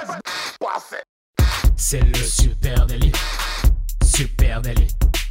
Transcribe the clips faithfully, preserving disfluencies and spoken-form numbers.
C'est le super délit. Super délit.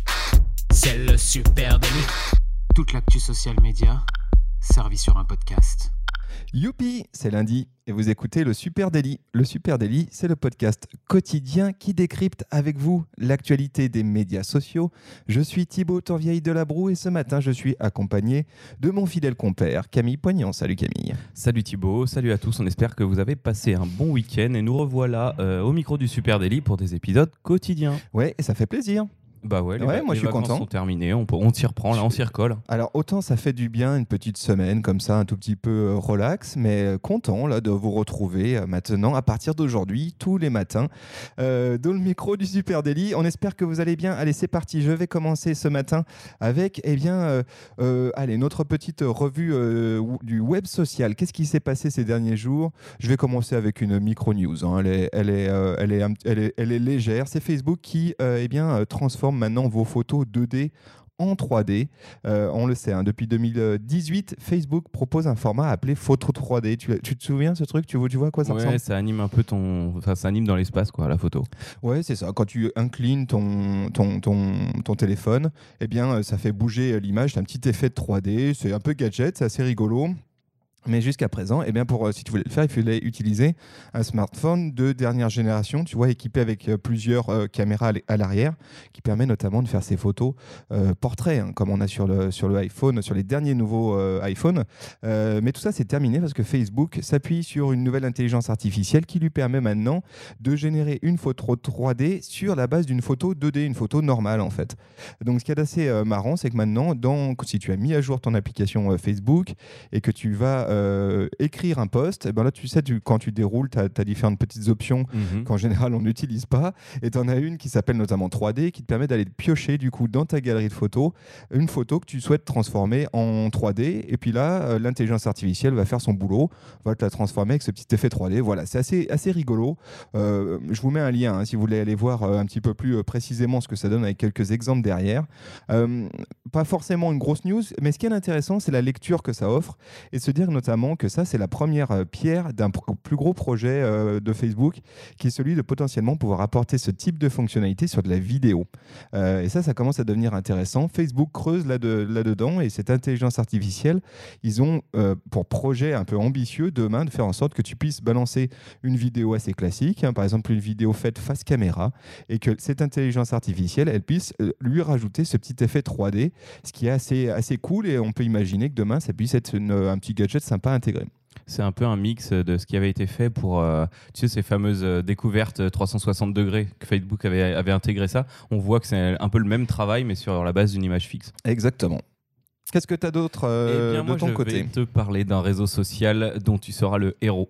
C'est le super délit. Toute l'actu social média servie sur un podcast. Youpi, c'est lundi et vous écoutez le Super Daily. Le Super Daily, c'est le podcast quotidien qui décrypte avec vous l'actualité des médias sociaux. Je suis Thibaut Tourvieille de Labroue et ce matin, je suis accompagné de mon fidèle compère Camille Poignant. Salut Camille. Salut Thibaut, salut à tous. On espère que vous avez passé un bon week-end et nous revoilà euh, au micro du Super Daily pour des épisodes quotidiens. Ouais, et ça fait plaisir. Bah ouais, les, ouais, va- moi les je suis vacances content. sont terminées, on, peut- on s'y reprend, là, on s'y recolle. Alors autant ça fait du bien une petite semaine comme ça, un tout petit peu euh, relax, mais euh, content là de vous retrouver euh, maintenant à partir d'aujourd'hui tous les matins euh, dans le micro du Super Daily. On espère que vous allez bien. Allez, c'est parti. Je vais commencer ce matin avec eh bien euh, euh, allez notre petite revue euh, du web social. Qu'est-ce qui s'est passé ces derniers jours? Je vais commencer avec une micro news. Hein. Elle est elle est, euh, elle est un- elle est elle est légère. C'est Facebook qui euh, eh bien euh, transforme maintenant vos photos deux D en trois D. Euh, on le sait, hein, depuis deux mille dix-huit, Facebook propose un format appelé photo trois D. Tu, tu te souviens ce truc? Tu vois, tu vois à quoi ça Ouais, ressemble? ça anime un peu ton... Enfin, ça anime dans l'espace, quoi, la photo. Ouais, c'est ça. Quand tu inclines ton, ton, ton, ton téléphone, eh bien, euh, ça fait bouger euh, l'image. C'est un petit effet de trois D. C'est un peu gadget, c'est assez rigolo. Mais jusqu'à présent, eh bien pour, euh, si tu voulais le faire, il fallait utiliser un smartphone de dernière génération, tu vois, équipé avec euh, plusieurs euh, caméras à l- à l'arrière, qui permet notamment de faire ces photos euh, portraits, hein, comme on a sur le, sur le iPhone, sur les derniers nouveaux euh, iPhones. Euh, mais tout ça, c'est terminé parce que Facebook s'appuie sur une nouvelle intelligence artificielle qui lui permet maintenant de générer une photo trois D sur la base d'une photo deux D, une photo normale en fait. Donc ce qui est assez euh, marrant, c'est que maintenant, dans, si tu as mis à jour ton application euh, Facebook et que tu vas euh, écrire un post, et ben là tu sais, tu, quand tu déroules, tu as différentes petites options Mhm. qu'en général on n'utilise pas, et tu en as une qui s'appelle notamment trois D qui te permet d'aller piocher du coup dans ta galerie de photos une photo que tu souhaites transformer en trois D, et puis là euh, l'intelligence artificielle va faire son boulot, va te la transformer avec ce petit effet trois D. Voilà, c'est assez, assez rigolo. Euh, je vous mets un lien hein, si vous voulez aller voir euh, un petit peu plus euh, précisément ce que ça donne avec quelques exemples derrière. Euh, pas forcément une grosse news, mais ce qui est intéressant, c'est la lecture que ça offre, et se dire notamment que ça, c'est la première euh, pierre d'un pro- plus gros projet euh, de Facebook, qui est celui de potentiellement pouvoir apporter ce type de fonctionnalité sur de la vidéo. Euh, et ça, ça commence à devenir intéressant. Facebook creuse là-de- là-dedans, et cette intelligence artificielle, ils ont euh, pour projet un peu ambitieux demain de faire en sorte que tu puisses balancer une vidéo assez classique, hein, par exemple une vidéo faite face caméra, et que cette intelligence artificielle, elle puisse euh, lui rajouter ce petit effet trois D, ce qui est assez, assez cool, et on peut imaginer que demain, ça puisse être une- un petit gadget sympa à intégrer. C'est un peu un mix de ce qui avait été fait pour euh, tu sais, ces fameuses euh, découvertes trois cent soixante degrés que Facebook avait, avait intégré ça. On voit que c'est un peu le même travail, mais sur la base d'une image fixe. Exactement. Qu'est-ce que tu as d'autre euh, Eh bien, de moi, ton je côté? vais te parler d'un réseau social dont tu seras le héros.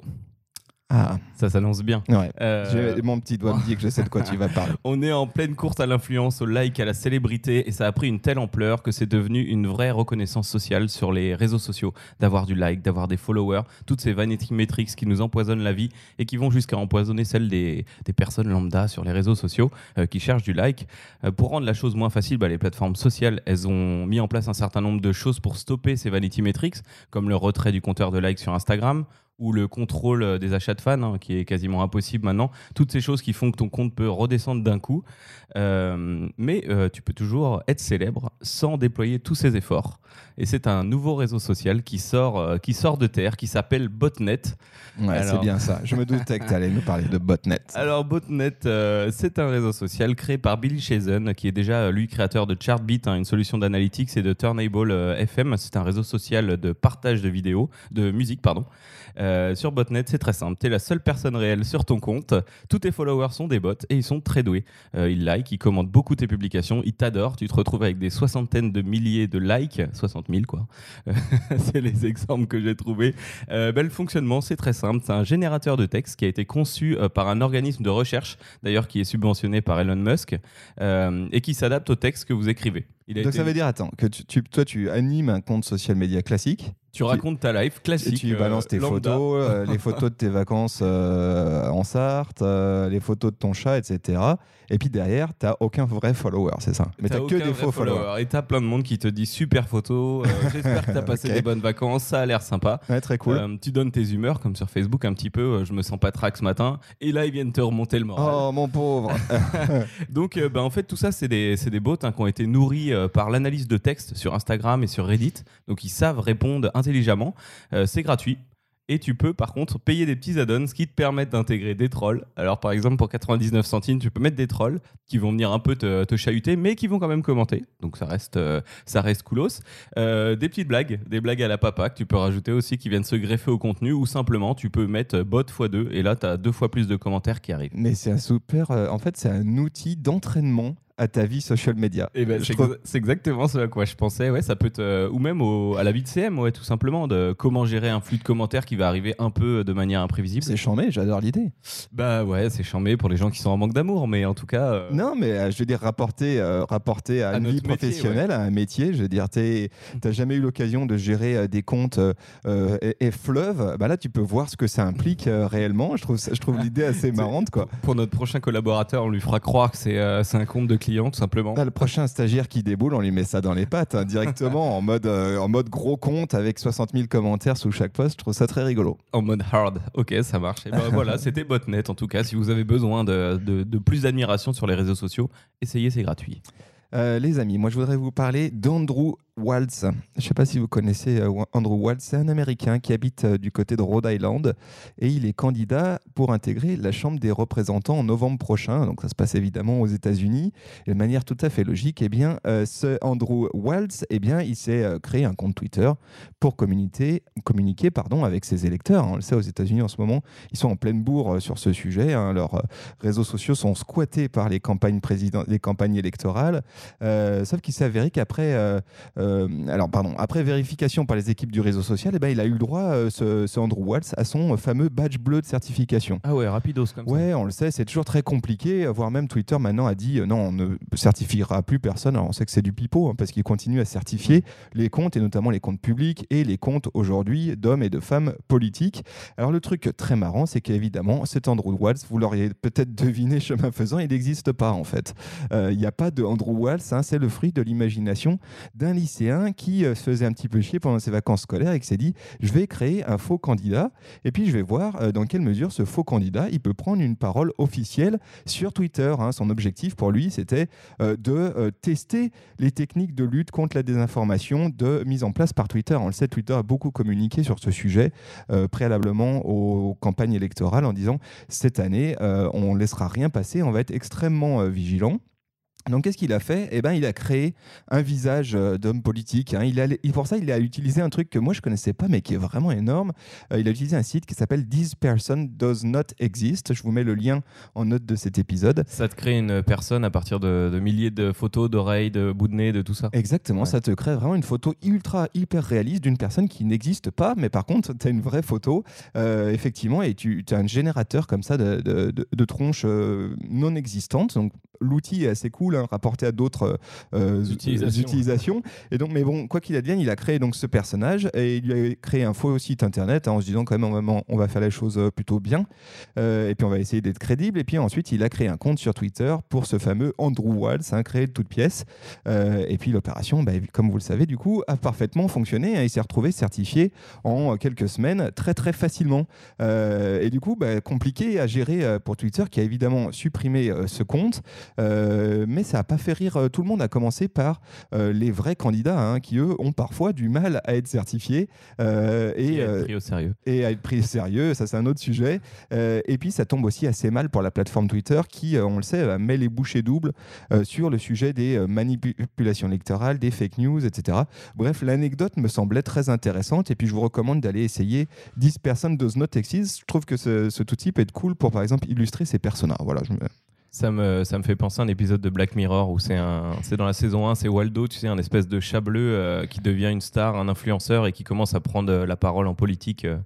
Ah, Ça s'annonce bien. ouais. Euh, J'ai- Mon petit doigt me dit que je sais de quoi tu vas parler. On est en pleine course à l'influence, au like, à la célébrité, et ça a pris une telle ampleur que c'est devenu une vraie reconnaissance sociale sur les réseaux sociaux, d'avoir du like, d'avoir des followers, toutes ces vanity metrics qui nous empoisonnent la vie et qui vont jusqu'à empoisonner celle des, des personnes lambda sur les réseaux sociaux euh, qui cherchent du like. Euh, pour rendre la chose moins facile, bah, les plateformes sociales, elles ont mis en place un certain nombre de choses pour stopper ces vanity metrics, comme le retrait du compteur de like sur Instagram, ou le contrôle des achats de fans, hein, qui est quasiment impossible maintenant. Toutes ces choses qui font que ton compte peut redescendre d'un coup. Euh, mais euh, tu peux toujours être célèbre sans déployer tous ces efforts. Et c'est un nouveau réseau social qui sort, euh, qui sort de terre, qui s'appelle Botnet. Ouais, Alors- c'est bien ça. Je me doutais que tu allais nous parler de Botnet. Alors Botnet, euh, c'est un réseau social créé par Billy Chazen, qui est déjà euh, lui créateur de Chartbeat, hein, une solution d'analytics, et de Turnable euh, F M. C'est un réseau social de partage de vidéos, de musique, pardon. Euh, sur Botnet, c'est très simple. Tu es la seule personne réelle sur ton compte. Tous tes followers sont des bots et ils sont très doués. Euh, ils like, ils commentent beaucoup tes publications, ils t'adorent. Tu te retrouves avec des soixantaines de milliers de likes, soixante mille quoi. C'est les exemples que j'ai trouvés. Euh, ben, le fonctionnement, c'est très simple. C'est un générateur de texte qui a été conçu euh, par un organisme de recherche, d'ailleurs qui est subventionné par Elon Musk, euh, et qui s'adapte au texte que vous écrivez. Il a Donc été- ça veut dire, attends, que tu, tu- toi tu animes un compte social media classique, Tu racontes ta life et classique. tu balances tes euh, lambda. photos, euh, les photos de tes vacances euh, en Sarthe, euh, les photos de ton chat, et cetera. Et puis derrière, t'as aucun vrai follower, c'est ça. Mais t'as que aucun des vrai faux follower. followers. Et t'as plein de monde qui te dit super photo. euh, J'espère que t'as passé Ok. des bonnes vacances. Ça a l'air sympa. Ouais, très cool. Euh, tu donnes tes humeurs, comme sur Facebook, un petit peu. euh, je me sens pas trac ce matin. Et là, ils viennent te remonter le moral. Oh mon pauvre. Donc, euh, bah, en fait, tout ça, c'est des, c'est des bots hein, qui ont été nourris euh, par l'analyse de texte sur Instagram et sur Reddit. Donc, ils savent répondre intelligemment. Euh, c'est gratuit. Et tu peux par contre payer des petits add-ons qui te permettent d'intégrer des trolls. Alors par exemple pour quatre-vingt-dix-neuf centimes, tu peux mettre des trolls qui vont venir un peu te, te chahuter, mais qui vont quand même commenter. Donc ça reste, euh, ça reste coolos. Euh, des petites blagues, des blagues à la papa que tu peux rajouter aussi qui viennent se greffer au contenu, ou simplement tu peux mettre bot fois deux et là tu as deux fois plus de commentaires qui arrivent. Mais c'est un super. euh, en fait, c'est un outil d'entraînement à ta vie social media. Et ben, Je c'est, trouve- exa- c'est exactement ce à quoi je pensais. Ouais, ça peut te, ou même au- à la vie de C M, ouais, tout simplement, de comment gérer un flux de commentaires qui va arriver un peu de manière imprévisible. C'est chambé, j'adore l'idée. Bah ouais, c'est chambé pour les gens qui sont en manque d'amour, mais en tout cas. euh, Non, mais euh, je veux dire, rapporter, euh, rapporter à, À une notre vie métier, professionnelle, à un métier, je veux dire, t'es- t'as jamais eu l'occasion de gérer euh, des comptes euh, euh, et, et fleuves, bah là, tu peux voir ce que ça implique euh, réellement. Je trouve, ça- je trouve l'idée assez marrante, quoi. Pour notre prochain collaborateur, on lui fera croire que c'est, euh, c'est un compte de client, tout simplement. Là, le prochain stagiaire qui déboule, on lui met ça dans les pattes, hein, directement, en mode, euh, en mode gros compte avec soixante mille commentaires sous chaque post. Je trouve ça très rigolo. En mode hard. Ok, ça marche. Et ben voilà, c'était Botnet. En tout cas, si vous avez besoin de, de- de plus d'admiration sur les réseaux sociaux, essayez, c'est gratuit. Euh, les amis, moi je voudrais vous parler d'Andrew Waltz. Je ne sais pas si vous connaissez euh, Andrew Waltz. C'est un Américain qui habite euh, du côté de Rhode Island et il est candidat pour intégrer la Chambre des représentants en novembre prochain. Donc ça se passe évidemment aux États-Unis. Et de manière tout à fait logique, eh bien, euh, ce Andrew Waltz, eh bien, il s'est euh, créé un compte Twitter pour communiquer, communiquer pardon, avec ses électeurs. On le sait, aux États-Unis en ce moment, ils sont en pleine bourre euh, sur ce sujet. Hein. Leurs euh, réseaux sociaux sont squattés par les campagnes, président- les campagnes électorales. Euh, sauf qu'il s'est avéré qu'après euh, euh, alors pardon, après vérification par les équipes du réseau social, eh ben, il a eu le droit, euh, ce, ce Andrew Waltz, à son fameux badge bleu de certification. Ah ouais, rapidos comme ça. Ouais, on le sait, c'est toujours très compliqué, voire même Twitter maintenant a dit euh, non, on ne certifiera plus personne. Alors on sait que c'est du pipeau, hein, parce qu'il continue à certifier les comptes, et notamment les comptes publics et les comptes aujourd'hui d'hommes et de femmes politiques. Alors le truc très marrant, c'est qu'évidemment, cet Andrew Waltz, vous l'auriez peut-être deviné chemin faisant, il n'existe pas en fait. Euh, Il n'y a pas de Andrew Waltz, hein, c'est le fruit de l'imagination d'un lycéen qui euh, se faisait un petit peu chier pendant ses vacances scolaires et qui s'est dit je vais créer un faux candidat et puis je vais voir euh, dans quelle mesure ce faux candidat il peut prendre une parole officielle sur Twitter. Hein. Son objectif pour lui c'était euh, de euh, tester les techniques de lutte contre la désinformation de mise en place par Twitter. On le sait, Twitter a beaucoup communiqué sur ce sujet euh, préalablement aux campagnes électorales en disant cette année euh, on ne laissera rien passer, on va être extrêmement euh, vigilant. Donc, qu'est-ce qu'il a fait ? Eh ben, il a créé un visage euh, d'homme politique. Hein. Il a, et pour ça, il a utilisé un truc que moi, je ne connaissais pas, mais qui est vraiment énorme. Euh, il a utilisé un site qui s'appelle This Person Does Not Exist. Je vous mets le lien en note de cet épisode. Ça te crée une personne à partir de, de milliers de photos, d'oreilles, de bouts de nez, de tout ça. Exactement, Ouais. ça te crée vraiment une photo ultra, hyper réaliste d'une personne qui n'existe pas, mais par contre, tu as une vraie photo, euh, effectivement, et tu as un générateur comme ça de, de, de, de tronches euh, non existantes. Donc, l'outil est assez cool, hein, rapporté à d'autres euh, Utilisations. utilisations. Et donc, mais bon, quoi qu'il advienne, il a créé donc ce personnage et il lui a créé un faux site internet hein, en se disant quand même, on va, on va faire les choses plutôt bien. Euh, et puis, on va essayer d'être crédible. Et puis ensuite, il a créé un compte sur Twitter pour ce fameux Andrew Waltz, hein, créé de toutes pièces. Euh, et puis, l'opération, bah, comme vous le savez, du coup, a parfaitement fonctionné. Hein, il s'est retrouvé certifié en quelques semaines, très très facilement. Euh, et du coup, bah, compliqué à gérer euh, pour Twitter, qui a évidemment supprimé euh, ce compte. Euh, mais ça n'a pas fait rire euh, tout le monde, à commencer par euh, les vrais candidats hein, qui, eux, ont parfois du mal à être certifiés euh, et, Et être euh, pris au sérieux. et à être pris au sérieux. Ça, c'est un autre sujet. Euh, et puis, ça tombe aussi assez mal pour la plateforme Twitter qui, euh, on le sait, euh, met les bouchées doubles euh, sur le sujet des euh, manipulations électorales, des fake news, et cetera. Bref, l'anecdote me semblait très intéressante et puis je vous recommande d'aller essayer This Person Does Not Exist. Je trouve que ce, ce outil peut être cool pour, par exemple, illustrer ces personas. Voilà, je me... Ça me, ça me fait penser à un épisode de Black Mirror où c'est un, c'est dans la saison un, c'est Waldo, tu sais, un espèce de chat bleu euh, qui devient une star, un influenceur et qui commence à prendre euh, la parole en politique. euh.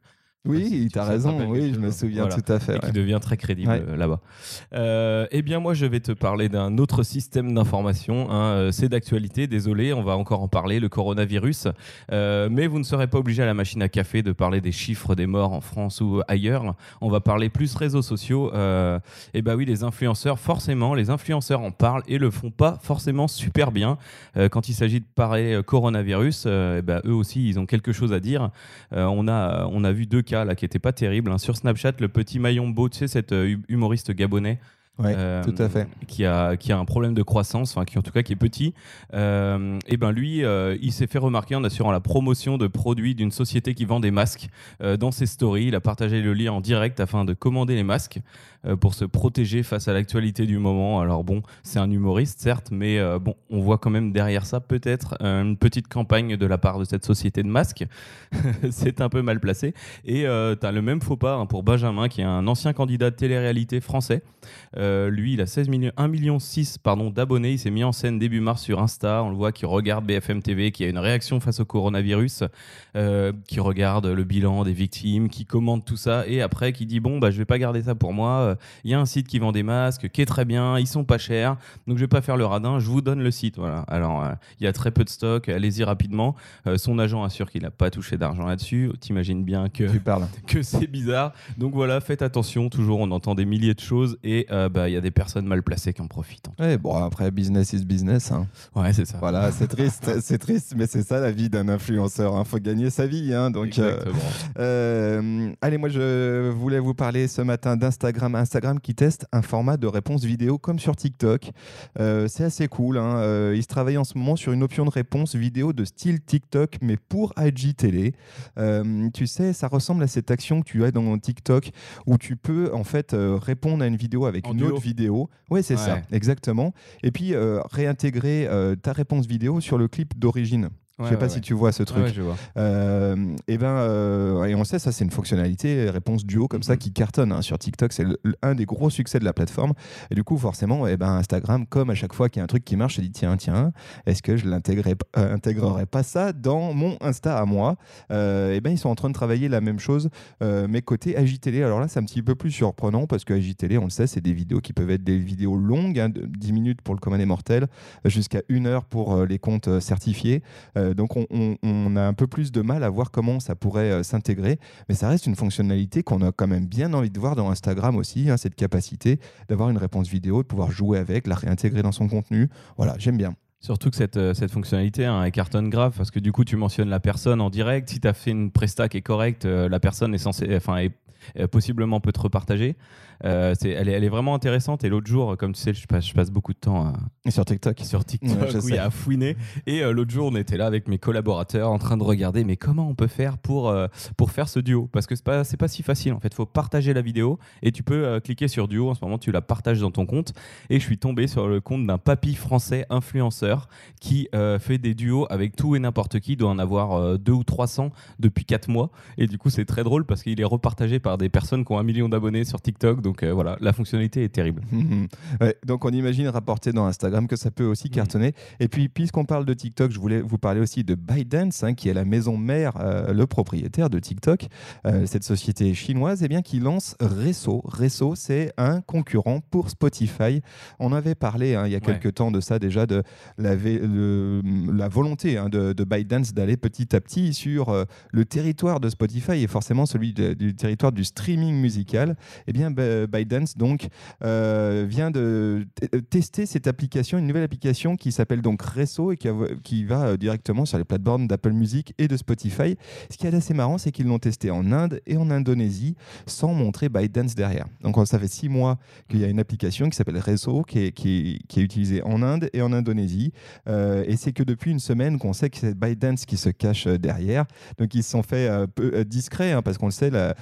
Oui, Si tu as ça te raison, rappelle oui, quelque je me chose. souviens Voilà. tout à fait. Et qui ouais. devient très crédible Ouais. euh, là-bas. Euh, eh bien, moi, je vais te parler d'un autre système d'information. Hein, euh, c'est d'actualité, désolé, on va encore en parler, le coronavirus. Euh, mais vous ne serez pas obligé à la machine à café de parler des chiffres des morts en France ou ailleurs. On va parler plus réseaux sociaux. Euh, et bah oui, les influenceurs, forcément, les influenceurs en parlent et le font pas forcément super bien. Euh, quand il s'agit de parler euh, coronavirus, euh, eh ben, eux aussi, ils ont quelque chose à dire. Euh, on, a, on a vu deux cas là, qui n'étaient pas terribles. Hein. Sur Snapchat, le petit Mayombo, tu sais, cet euh, humoriste gabonais, Ouais, euh, tout à fait. qui a qui a un problème de croissance, enfin qui en tout cas qui est petit. Euh, et ben lui, euh, il s'est fait remarquer en assurant la promotion de produits d'une société qui vend des masques euh, dans ses stories. Il a partagé le lien en direct afin de commander les masques euh, pour se protéger face à l'actualité du moment. Alors bon, c'est un humoriste certes, mais euh, bon, on voit quand même derrière ça peut-être euh, une petite campagne de la part de cette société de masques. C'est un peu mal placé. Et euh, tu as le même faux pas hein, pour Benjamin, qui est un ancien candidat de télé-réalité français. Euh, lui, il a seize millions, un virgule six million pardon, d'abonnés. Il s'est mis en scène début mars sur Insta. On le voit qui regarde B F M T V, qui a une réaction face au coronavirus, euh, qui regarde le bilan des victimes, qui commente tout ça et après qui dit bon, bah, je vais pas garder ça pour moi. Il y a un site qui vend des masques, qui est très bien, ils sont pas chers, donc je vais pas faire le radin, je vous donne le site. Voilà. Alors, euh, il y a très peu de stock, allez-y rapidement. Euh, son agent assure qu'il n'a pas touché d'argent là-dessus. T'imagines bien que, Tu parles. que c'est bizarre. Donc voilà, faites attention. Toujours, on entend des milliers de choses et euh, bah, il y a des personnes mal placées qui en profitent. Ouais, bon, après, business is business. Hein. Ouais, c'est ça. Voilà, c'est triste, c'est triste, mais c'est ça la vie d'un influenceur. Il hein. faut gagner sa vie. Hein, donc, Exactement. euh, euh, allez, moi, je voulais vous parler ce matin d'Instagram. Instagram qui teste un format de réponse vidéo comme sur TikTok. Euh, c'est assez cool. Hein. Euh, il se travaille en ce moment sur une option de réponse vidéo de style TikTok, mais pour I G Télé. Euh, tu sais, ça ressemble à cette action que tu as dans TikTok où tu peux en fait euh, répondre à une vidéo avec En une duo. autre vidéo. Oui, c'est Ouais. ça, exactement. Et puis euh, réintégrer euh, ta réponse vidéo sur le clip d'origine. Je Ouais, sais pas ouais, si ouais. tu vois ce truc. Ouais, ouais, je vois. Euh, et ben, euh, et on sait ça, c'est une fonctionnalité réponse duo comme ça Mhm. qui cartonne hein, sur TikTok. C'est le- le- un des gros succès de la plateforme. Et du coup, forcément, et ben Instagram, comme à chaque fois qu'il y a un truc qui marche, se dit tiens, tiens, est-ce que je l'intégrerai euh, intégrerai pas ça dans mon Insta à moi euh, Et ben, ils sont en train de travailler la même chose, euh, mais côté I G Télé. Alors là, c'est un petit peu plus surprenant parce que I G Télé, on le sait, c'est des vidéos qui peuvent être des vidéos longues, hein, de dix minutes pour le commun des mortels, jusqu'à une heure pour euh, les comptes euh, certifiés. Euh, donc on, on, on a un peu plus de mal à voir comment ça pourrait euh, s'intégrer, mais ça reste une fonctionnalité qu'on a quand même bien envie de voir dans Instagram aussi, hein, cette capacité d'avoir une réponse vidéo, de pouvoir jouer avec, la réintégrer dans son contenu. Voilà, j'aime bien. Surtout que cette, euh, cette fonctionnalité hein, elle cartonne grave parce que du coup tu mentionnes la personne en direct. Si tu as fait une presta qui est correcte, euh, la personne est censée, enfin, est, est possiblement peut te repartager. Euh, c'est, elle, est, elle est vraiment intéressante. Et l'autre jour, comme tu sais, je passe, je passe beaucoup de temps à, Et sur TikTok. sur TikTok Ouais, je oui, sais. à fouiner. Et euh, l'autre jour, on était là avec mes collaborateurs en train de regarder, mais comment on peut faire pour, euh, pour faire ce duo? Parce que c'est pas, c'est pas si facile en fait. Il faut partager la vidéo et tu peux euh, cliquer sur duo. En ce moment, tu la partages dans ton compte. Et je suis tombé sur le compte d'un papy français influenceur qui euh, fait des duos avec tout et n'importe qui. Il doit en avoir euh, deux ou trois cents depuis quatre mois. Et du coup, c'est très drôle parce qu'il est repartagé par des personnes qui ont un million d'abonnés sur TikTok. Donc euh, voilà, la fonctionnalité est terrible. Ouais, donc on imagine rapporter dans Instagram que ça peut aussi cartonner. Et puis puisqu'on parle de TikTok, je voulais vous parler aussi de ByteDance, hein, qui est la maison mère, euh, le propriétaire de TikTok, euh, cette société chinoise, eh bien, qui lance Resso. Resso, c'est un concurrent pour Spotify. On avait parlé hein, il y a Ouais. quelques temps de ça déjà, de la, vé- le- la volonté hein, de, de ByteDance d'aller petit à petit sur euh, le territoire de Spotify et forcément celui de- du territoire du streaming musical. Eh bien, By- ByteDance donc euh, vient de t- tester cette application, une nouvelle application qui s'appelle donc Resso et qui, a- qui va euh, directement sur les plateformes d'Apple Music et de Spotify. Ce qui est assez marrant, c'est qu'ils l'ont testé en Inde et en Indonésie sans montrer ByteDance derrière. Donc ça fait six mois qu'il y a une application qui s'appelle Resso qui est, qui, est, qui est utilisée en Inde et en Indonésie. Euh, et c'est que depuis une semaine qu'on sait que c'est ByteDance qui se cache euh, derrière. Donc ils se sont fait euh, peu, euh, discrets hein, parce qu'on le sait, la, la société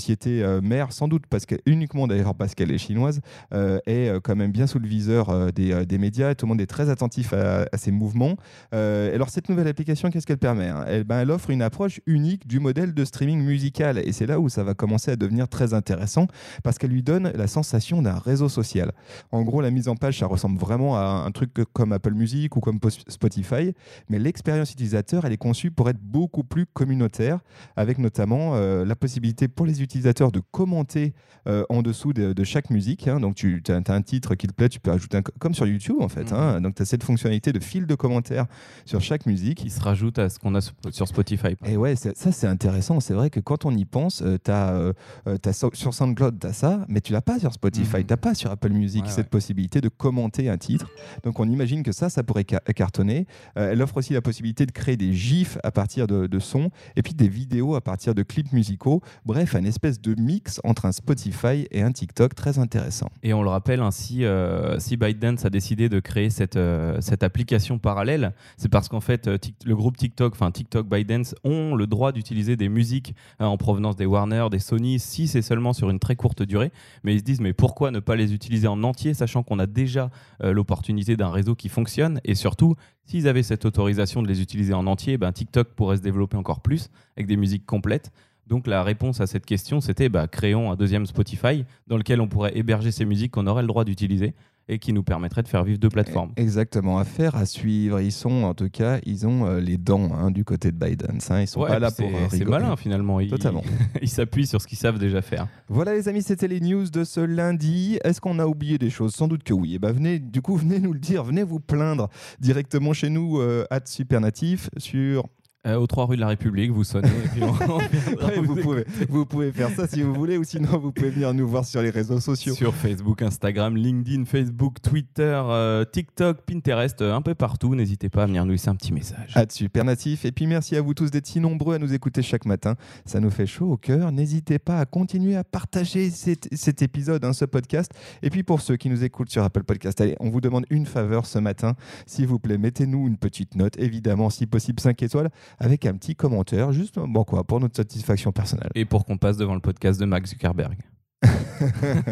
société euh, mère, sans doute parce qu'elle, uniquement d'ailleurs parce qu'elle est chinoise, euh, est euh, quand même bien sous le viseur euh, des, euh, des médias. Tout le monde est très attentif à, à ces mouvements. Euh, alors cette nouvelle application, qu'est-ce qu'elle permet, hein? elle, ben, elle offre une approche unique du modèle de streaming musical. Et c'est là où ça va commencer à devenir très intéressant parce qu'elle lui donne la sensation d'un réseau social. En gros, la mise en page, ça ressemble vraiment à un truc comme Apple Music ou comme Spotify, mais l'expérience utilisateur, elle est conçue pour être beaucoup plus communautaire, avec notamment euh, la possibilité pour les utilisateurs de commenter euh, en dessous de, de chaque musique. Hein. Donc, tu as un titre qui te plaît, tu peux ajouter un, comme sur YouTube en fait. Mmh. Hein. Donc, tu as cette fonctionnalité de fil de commentaires sur chaque musique. Qui se rajoute à ce qu'on a sur Spotify. Et ouais, c'est, ça c'est intéressant. C'est vrai que quand on y pense, euh, t'as, euh, t'as so- sur SoundCloud, tu as ça, mais tu l'as pas sur Spotify, mmh. tu n'as pas sur Apple Music ouais, cette ouais. possibilité de commenter un titre. Donc, on imagine que ça, ça pourrait ca- cartonner. Euh, elle offre aussi la possibilité de créer des gifs à partir de, de sons et puis des vidéos à partir de clips musicaux. Bref, un espèce de mix entre un Spotify et un TikTok très intéressant. Et on le rappelle ainsi, euh, si ByteDance a décidé de créer cette, euh, cette application parallèle, c'est parce qu'en fait, euh, tic- le groupe TikTok, enfin TikTok, ByteDance, ont le droit d'utiliser des musiques euh, en provenance des Warner, des Sony, si c'est seulement sur une très courte durée. Mais ils se disent, mais pourquoi ne pas les utiliser en entier, sachant qu'on a déjà euh, l'opportunité d'un réseau qui fonctionne, et surtout, s'ils avaient cette autorisation de les utiliser en entier, ben, TikTok pourrait se développer encore plus avec des musiques complètes. Donc la réponse à cette question, c'était bah, créons un deuxième Spotify dans lequel on pourrait héberger ces musiques qu'on aurait le droit d'utiliser et qui nous permettrait de faire vivre deux plateformes. Exactement, à faire, à suivre. Ils sont, en tout cas, ils ont euh, les dents hein, du côté de ByteDance. Hein. Ils sont ouais, pas là c'est, pour euh, rigoler. C'est malin finalement. Ils, Totalement. Ils s'appuient sur ce qu'ils savent déjà faire. Voilà les amis, c'était les news de ce lundi. Est-ce qu'on a oublié des choses? Sans doute que oui. Et ben venez, du coup, venez nous le dire, venez vous plaindre directement chez nous euh, at Supernatif sur Euh, aux trois rues de la République, vous sonnez et puis on, on ouais, vous, vous, pouvez, vous pouvez faire ça si vous voulez, ou sinon vous pouvez venir nous voir sur les réseaux sociaux. Sur Facebook, Instagram, LinkedIn, Facebook, Twitter, euh, TikTok, Pinterest, euh, un peu partout. N'hésitez pas à venir nous laisser un petit message. À Supernatif. Et puis merci à vous tous d'être si nombreux à nous écouter chaque matin. Ça nous fait chaud au cœur. N'hésitez pas à continuer à partager cet, cet épisode, hein, ce podcast. Et puis pour ceux qui nous écoutent sur Apple Podcast, allez, on vous demande une faveur ce matin. S'il vous plaît, mettez-nous une petite note, évidemment, si possible cinq étoiles, avec un petit commentaire, juste bon, quoi, pour notre satisfaction personnelle. Et pour qu'on passe devant le podcast de Mark Zuckerberg.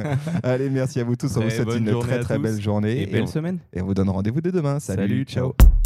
Allez, merci à vous tous. On vous souhaite une très très tous. belle journée. Et, et belle on, semaine. Et on vous donne rendez-vous dès demain. Salut, Salut ciao. ciao.